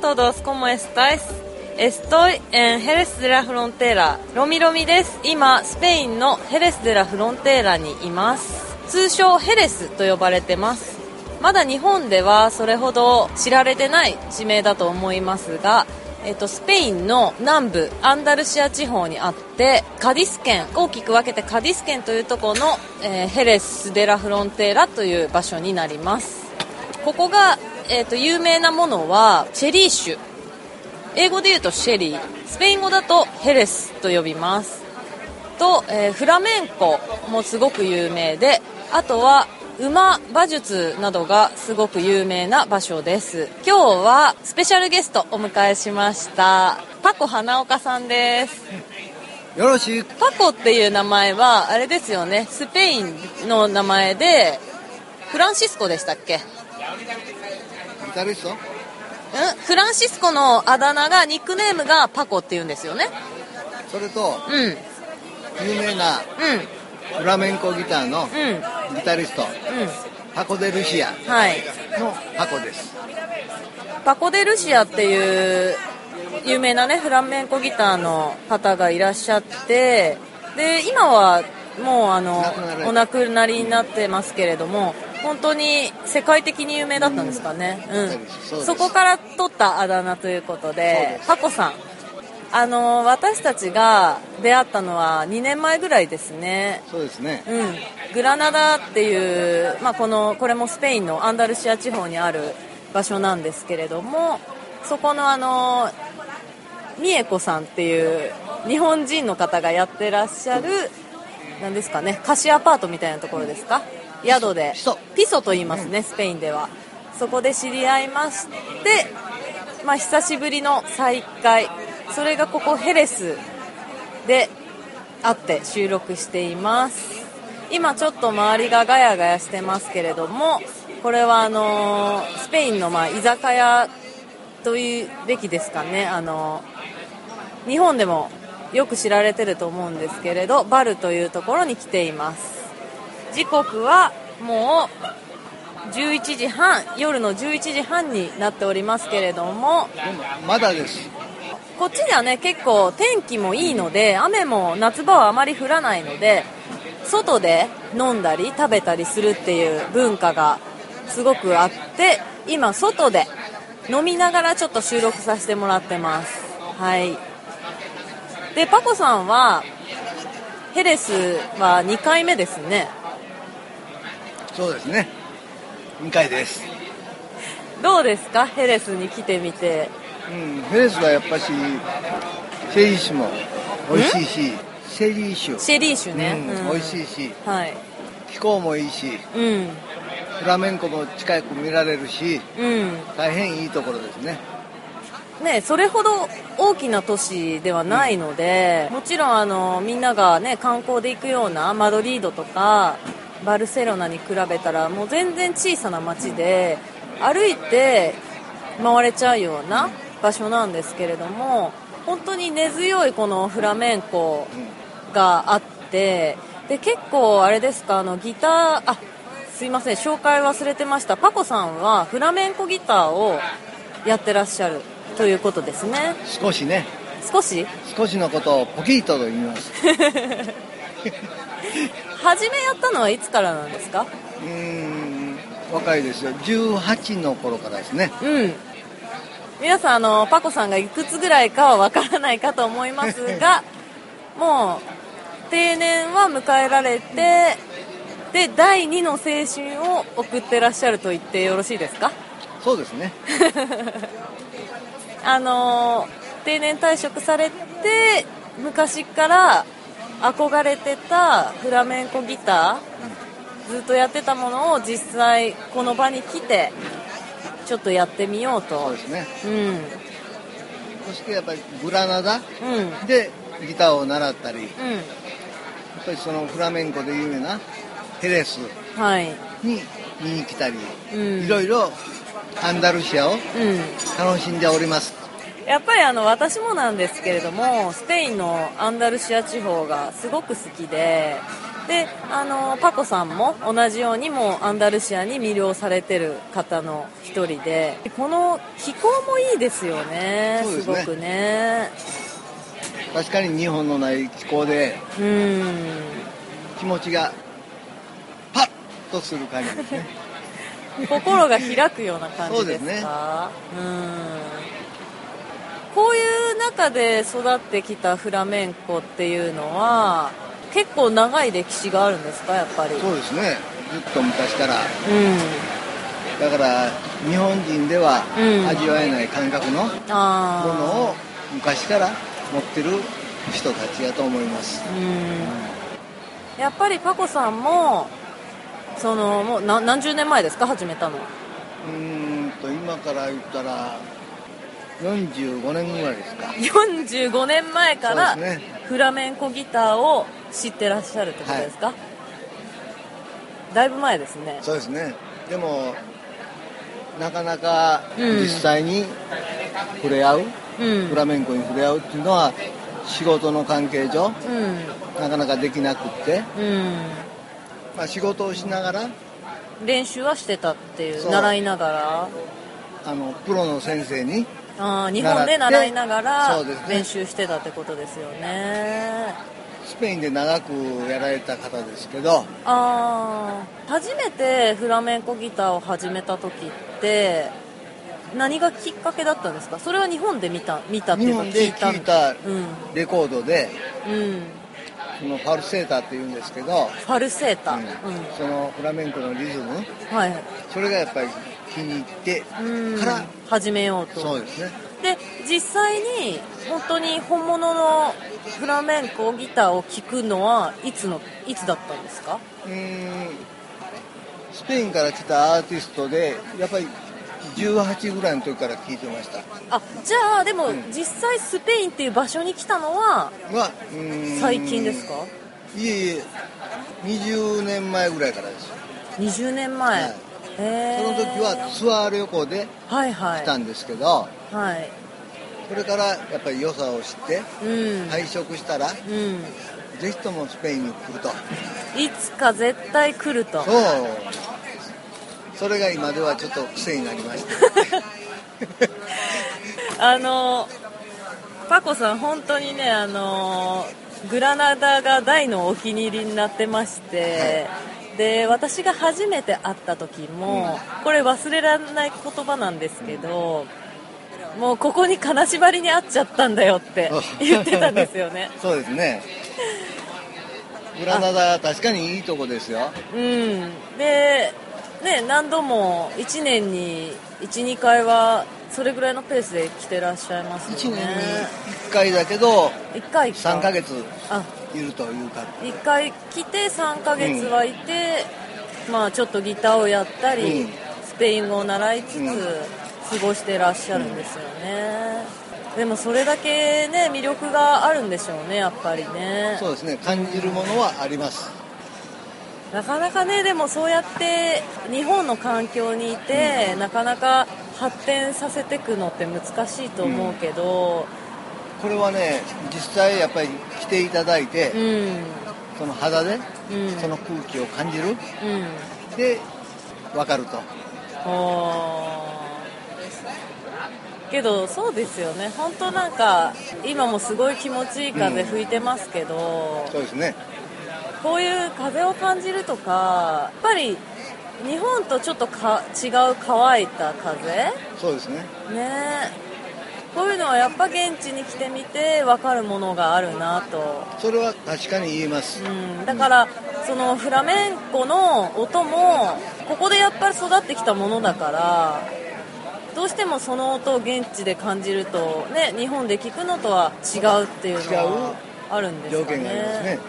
todos, ¿cómo estáis? Estoy en Jerez de la Frontera。ロミロミです。今、スペインのヘレスでラフロンテーラにいます。通称ヘレスと呼ばれてます。まだ日本ではそれほど知られてない地名だと思いますが、スペインの南部アンダルシア地方にあって、カディス県、大きく分けてカディス県というところの、ヘレスデラフロンテーラという場所になります。ここが、有名なものはチェリー酒、英語で言うとシェリー、スペイン語だとヘレスと呼びますと、フラメンコもすごく有名で、あとは馬馬術などがすごく有名な場所です。今日はスペシャルゲストお迎えしました。パコ花岡さんです。 よろしく。 パコっていう名前はあれですよね、スペインの名前でフランシスコでしたっけ？ ギタリスト？ フランシスコのあだ名が、ニックネームがパコっていうんですよね。 それと、有名なフラメンコギターのギタリスト、パコ・デ・ルシアのパコです。 パコ・デ・ルシアっていう有名なねフラメンコギターの方がいらっしゃって、で今はもうお亡くなりになってますけれども、本当に世界的に有名だったんですかね。そこから取ったあだ名ということで、パコさん、私たちが出会ったのは2年前ぐらいですね。 そうですね。 グラナダっていう、これもスペインのアンダルシア地方にある場所なんですけれども、そこのミエコさんっていう日本人の方がやってらっしゃる、なんですかね、貸しアパートみたいなところですか、宿でピソと言いますね、スペインでは。そこで知り合いまして、久しぶりの再会、それがここヘレスで会って収録しています。今ちょっと周りがガヤガヤしてますけれども、これはスペインの居酒屋というべきですかね。日本でもよく知られてると思うんですけれど、バルというところに来ています。時刻はもう11時半、夜の11時半になっておりますけれども、 でもまだです。 こっちではね結構天気もいいので、雨も夏場はあまり降らないので、外で飲んだり食べたりするっていう文化がすごくあって、今外で飲みながらちょっと収録させてもらってます。はい。でパコさんはヘレスは2回目ですね。 そうですね、2回です。 どうですか、ヘレスに来てみて。 ヘレスはやっぱしシェリー酒も美味しいし、シェリー酒ね、美味しいし、気候もいいし、フラメンコも近く見られるし、大変いいところですね。 それほど大きな都市ではないので、もちろんみんながね観光で行くようなマドリードとかバルセロナに比べたらもう全然小さな街で、歩いて回れちゃうような場所なんですけれども、本当に根強いこのフラメンコがあって、で結構あれですか、ギター、すいません紹介忘れてました。パコさんはフラメンコギターをやってらっしゃるということですね。 少しね。 少しのことをポキートと言います。 初めやったのはいつからなんですか？ 若いですよ。18の頃からですね。 皆さんパコさんがいくつぐらいかはわからないかと思いますがもう定年は迎えられて、で第2の青春を送ってらっしゃると言ってよろしいですか？ そうですね。 定年退職されて昔から憧れてたフラメンコギター、ずっとやってたものを実際この場に来てちょっとやってみようと。 そうですね。そしてやっぱりグラナダでギターを習ったり、やっぱりそのフラメンコで有名なヘレスに見に来たり、いろいろアンダルシアを楽しんでおります。 やっぱり私もなんですけれども、スペインのアンダルシア地方がすごく好きで、 でパコさんも同じようにもうアンダルシアに魅了されてる方の一人で、この気候もいいですよね。すごくね。 確かに日本のない気候で気持ちがパッとする感じですね。 心が開くような感じですか？そうですね。こういう中で育ってきたフラメンコっていうのは結構長い歴史があるんですか？やっぱり。 そうですね。ずっと昔から、だから日本人では味わえない感覚のものを昔から持ってる人たちやと思います。 やっぱりパコさんももう何十年前ですか、始めたの？ 今から言ったら45年ぐらいですか。 45年前からフラメンコギターを知ってらっしゃるってことですか？だいぶ前ですね。 そうですね。でもなかなか実際に触れ合う、フラメンコに触れ合うっていうのは仕事の関係上、なかなかできなくって、仕事をしながら練習はしてたっていう、習いながらプロの先生に日本で習いながら練習してたってことですよね。 スペインで長くやられた方ですけど、 初めてフラメンコギターを始めた時って何がきっかけだったんですか？それは日本で見たっていうか日本で聴いたレコードで、そのファルセーターっていうんですけど、 ファルセーター、 そのフラメンコのリズム、それがやっぱり気に入ってから始めようと。 そうですね。 で実際に本当に本物のフラメンコギターを聴くのはいつだったんですか？ スペインから来たアーティストでやっぱり18ぐらいの時から聴いてました。 じゃあでも、実際スペインっていう場所に来たのは最近ですか？ いえ20年前ぐらいからです。 20年前、 その時はツアー旅行で来たんですけど、それからやっぱり良さを知って退職したら、ぜひともスペインに来ると、 いつか絶対来ると。 それが今ではちょっと癖になりましたパコさん本当にねグラナダが大のお気に入りになってまして、で私が初めて会った時も、これ忘れられない言葉なんですけど、もうここに金縛りに会っちゃったんだよって言ってたんですよね。 そうですね。グラナダ確かにいいとこですよ。 でね、何度も1年に 1,2 回はそれぐらいのペースで来てらっしゃいますよね。 1年に1回だけど 1回か 3ヶ月いるというか、 1回来て3ヶ月はいて、ちょっとギターをやったり、スペイン語を習いつつ過ごしてらっしゃるんですよね。でもそれだけね魅力があるんでしょうね、やっぱりね。 そうですね、感じるものはあります。 なかなかね、でもそうやって日本の環境にいて、なかなか発展させていくのって難しいと思うけど、 これはね実際やっぱり来ていただいて、その肌で、その空気を感じる、で分かると。 けどそうですよね、本当なんか今もすごい気持ちいい風吹いてますけど、 そうですね、 こういう風を感じるとか、やっぱり日本とちょっと違う乾いた風、 そうですね、 こういうのはやっぱ現地に来てみて分かるものがあるなと。 それは確かに言えます、 だからそのフラメンコの音もここでやっぱり育ってきたものだから、どうしてもその音を現地で感じると、ね、日本で聞くのとは違うっていうのはあるんですかね。 条件がありますね。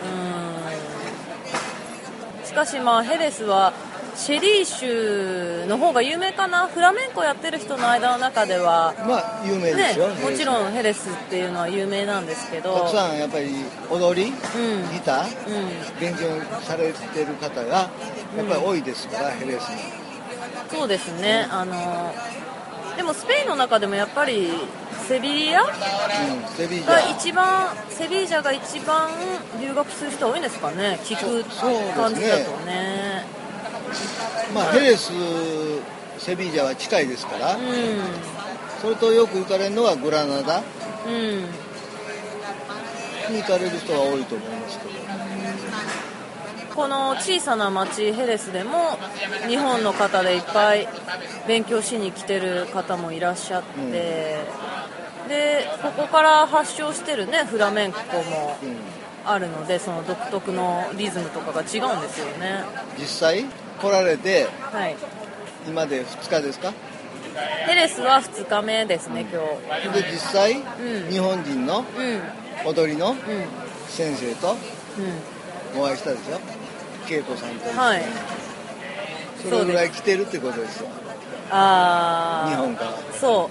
しかしヘレスはシェリー州の方が有名かな。フラメンコやってる人の間の中では有名ですよ、 もちろんヘレスっていうのは有名なんですけど、 たくさんやっぱり踊り、ギター、勉強されてる方がやっぱり多いですから、ヘレスに。 そうですね、 でもスペインの中でもやっぱりセビリア、 セビージャが一番留学する人多いんですかね、聞く感じだとね。 ヘレス、セビージャは近いですから、それとよく行かれるのはグラナダ、に行かれる人は多いと思いますけど、 この小さな町ヘレスでも日本の方でいっぱい勉強しに来てる方もいらっしゃって、でここから発祥してるねフラメンコもあるので、その独特のリズムとかが違うんですよね。 実際来られて、今で2日ですか？ ヘレスは2日目ですね、今日。 で実際、日本人の踊りの先生とお会いしたでしょ、恵子さんと。それぐらい来てるってことですよ、日本から。 そう、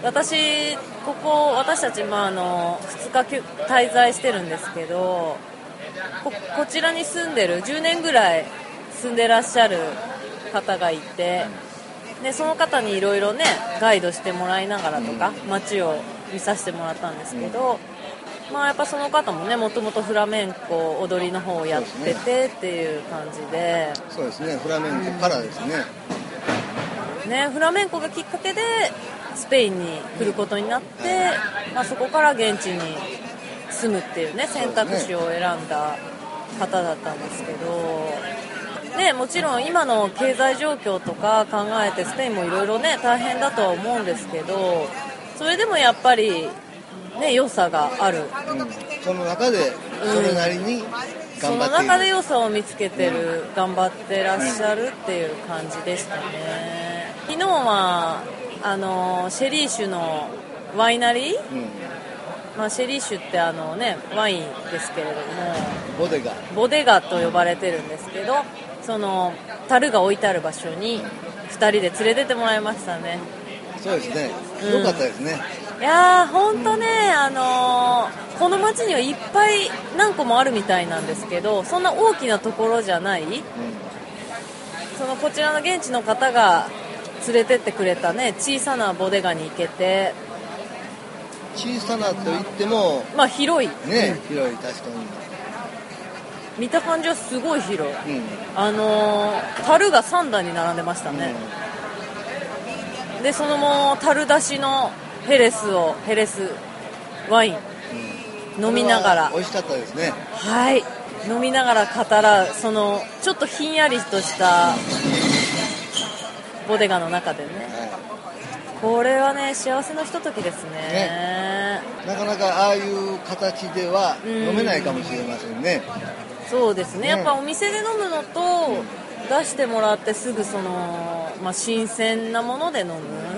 私たち、2日滞在してるんですけど、こちらに住んでる10年ぐらい住んでらっしゃる方がいて、でその方にいろいろねガイドしてもらいながらとか、街を見させてもらったんですけど、やっぱその方もねもともとフラメンコ踊りの方をやっててっていう感じで。 そうですね、フラメンコからですね、 フラメンコがきっかけでスペインに来ることになって、そこから現地に住むっていうね選択肢を選んだ方だったんですけど、もちろん今の経済状況とか考えてスペインもいろいろね大変だとは思うんですけど、それでもやっぱり良さがある、 その中でそれなりに頑張っている、 その中で良さを見つけてる、頑張ってらっしゃるっていう感じでしたね。昨日はシェリー酒のワイナリー、シェリー酒ってワインですけれども、ボデガと呼ばれてるんですけど、その樽が置いてある場所に2人で連れてってもらいましたね。 そうですね、良かったですね。 いやー本当ね、この町にはいっぱい何個もあるみたいなんですけど、そんな大きなところじゃない、こちらの現地の方が連れてってくれたね小さなボデガに行けて、 小さなといっても広いね、広い、確かに見た感じはすごい広い、樽が3段に並んでましたね、でそのもう樽出しのヘレスワイン、飲みながら、 美味しかったですね。 飲みながら語らう、そのちょっとひんやりとしたボデガの中でね、これはね幸せのひとときですね。 なかなかああいう形では飲めないかもしれませんね。 そうですね、やっぱお店で飲むのと、出してもらってすぐ新鮮なもので飲む。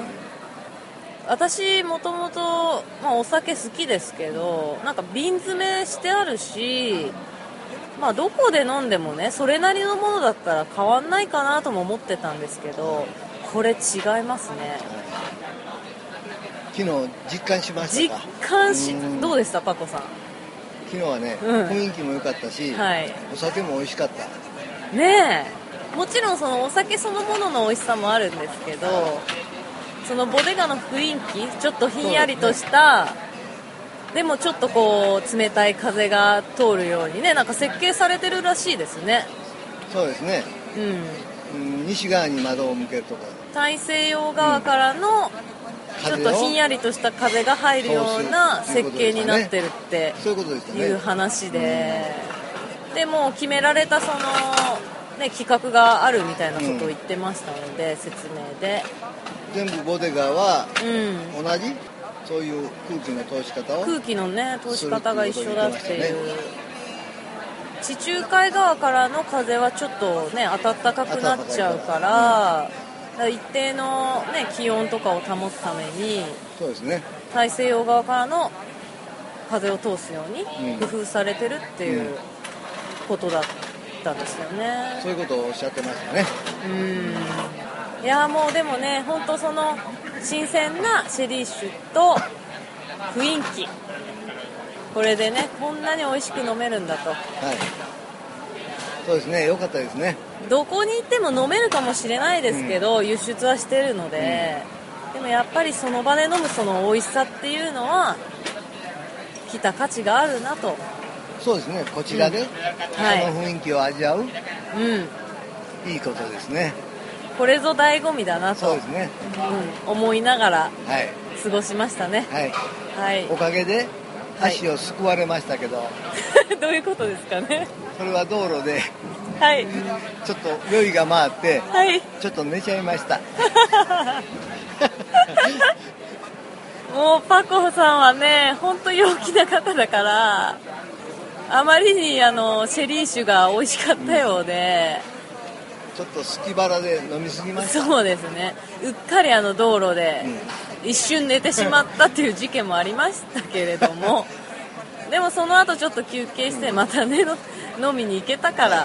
私もともとお酒好きですけど、なんか瓶詰めしてあるし、どこで飲んでもねそれなりのものだったら変わんないかなとも思ってたんですけど、これ違いますね。 昨日実感しましたか？ どうでしたパコさん？ 昨日はね、雰囲気も良かったし、お酒も美味しかったね。もちろんそのお酒そのものの美味しさもあるんですけど、そのボデガの雰囲気、ちょっとひんやりとした、でもちょっとこう冷たい風が通るようにね、なんか設計されてるらしいですね。 そうですね、西側に窓を向けるとか、 大西洋側からのちょっとひんやりとした風が入るような設計になってるっていう話で、でも決められたその企画があるみたいなことを言ってましたので、説明で全部ボデガは同じ、そういう空気の通し方を、 空気のね通し方が一緒だっていう。地中海側からの風はちょっとね暖かくなっちゃうから、一定のね気温とかを保つために、 そうですね、 大西洋側からの風を通すように工夫されてるっていうことだったんですよね。 そういうことをおっしゃってましたね。 いやもうでもね、本当その新鮮なシェリー酒と雰囲気、これでねこんなに美味しく飲めるんだと。 そうですね、良かったですね。 どこに行っても飲めるかもしれないですけど、輸出はしてるので、 でもやっぱりその場で飲むその美味しさっていうのは来た価値があるなと。 そうですね、こちらで、その雰囲気を味わう、いいことですね。 これぞ醍醐味だなと、 そうですね、 思いながら過ごしましたね。 おかげで足をすくわれましたけど、 どういうことですかね。 それは道路で、ちょっと酔いが回って、ちょっと寝ちゃいました。 もうパコさんはね、本当陽気な方だから、あまりにシェリー酒が美味しかったようで、 ちょっと隙腹で飲みすぎました。 そうですね、うっかり道路で一瞬寝てしまったっていう事件もありましたけれどもでもその後ちょっと休憩してまたね飲みに行けたから、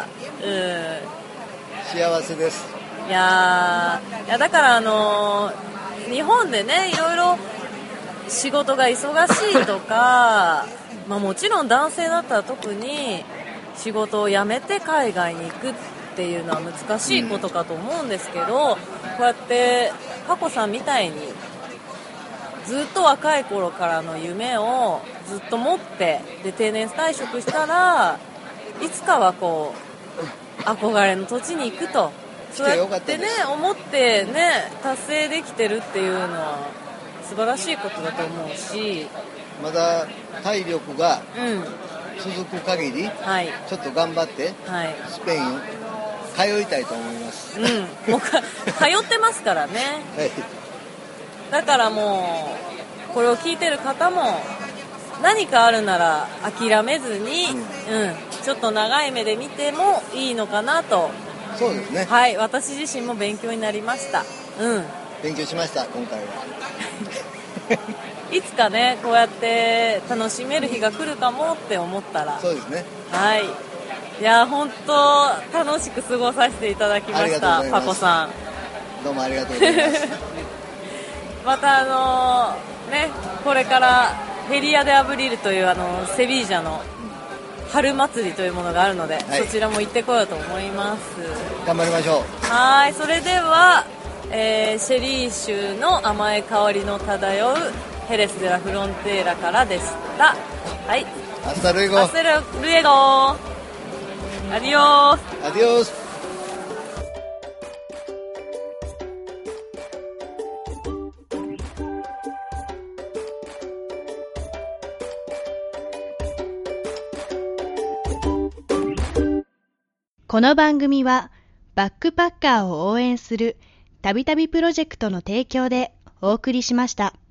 幸せです。 いやだから日本でね、いろいろ仕事が忙しいとかもちろん男性だったら特に仕事を辞めて海外に行くっていうのは難しいことかと思うんですけど、こうやってパコさんみたいにずっと若い頃からの夢をずっと持ってで定年退職したらいつかはこう憧れの土地に行くと、そうやってね思ってね達成できてるっていうのは素晴らしいことだと思うし、 まだ体力が続く限り、ちょっと頑張って、スペイン通いたいと思います。 もう通ってますからね。だからもうこれを聞いてる方も何かあるなら諦めずに、ちょっと長い目で見てもいいのかなと。 そうですね。 私自身も勉強になりました。 勉強しました今回は。 いつかねこうやって楽しめる日が来るかもって思ったら、 そうですね。 いや本当楽しく過ごさせていただきました。パコさんどうもありがとうございますまたこれからフェリア・デ・アブリルというセビージャの春祭りというものがあるので、そちらも行ってこようと思います。 頑張りましょう。それでは、シェリー酒の甘い香りの漂うヘレス・デ・ラ・フロンテーラからでした。 アスタルエゴ。 アスタルエゴ。アディオス。 アディオス。 この番組はバックパッカーを応援するたびたびプロジェクトの提供でお送りしました。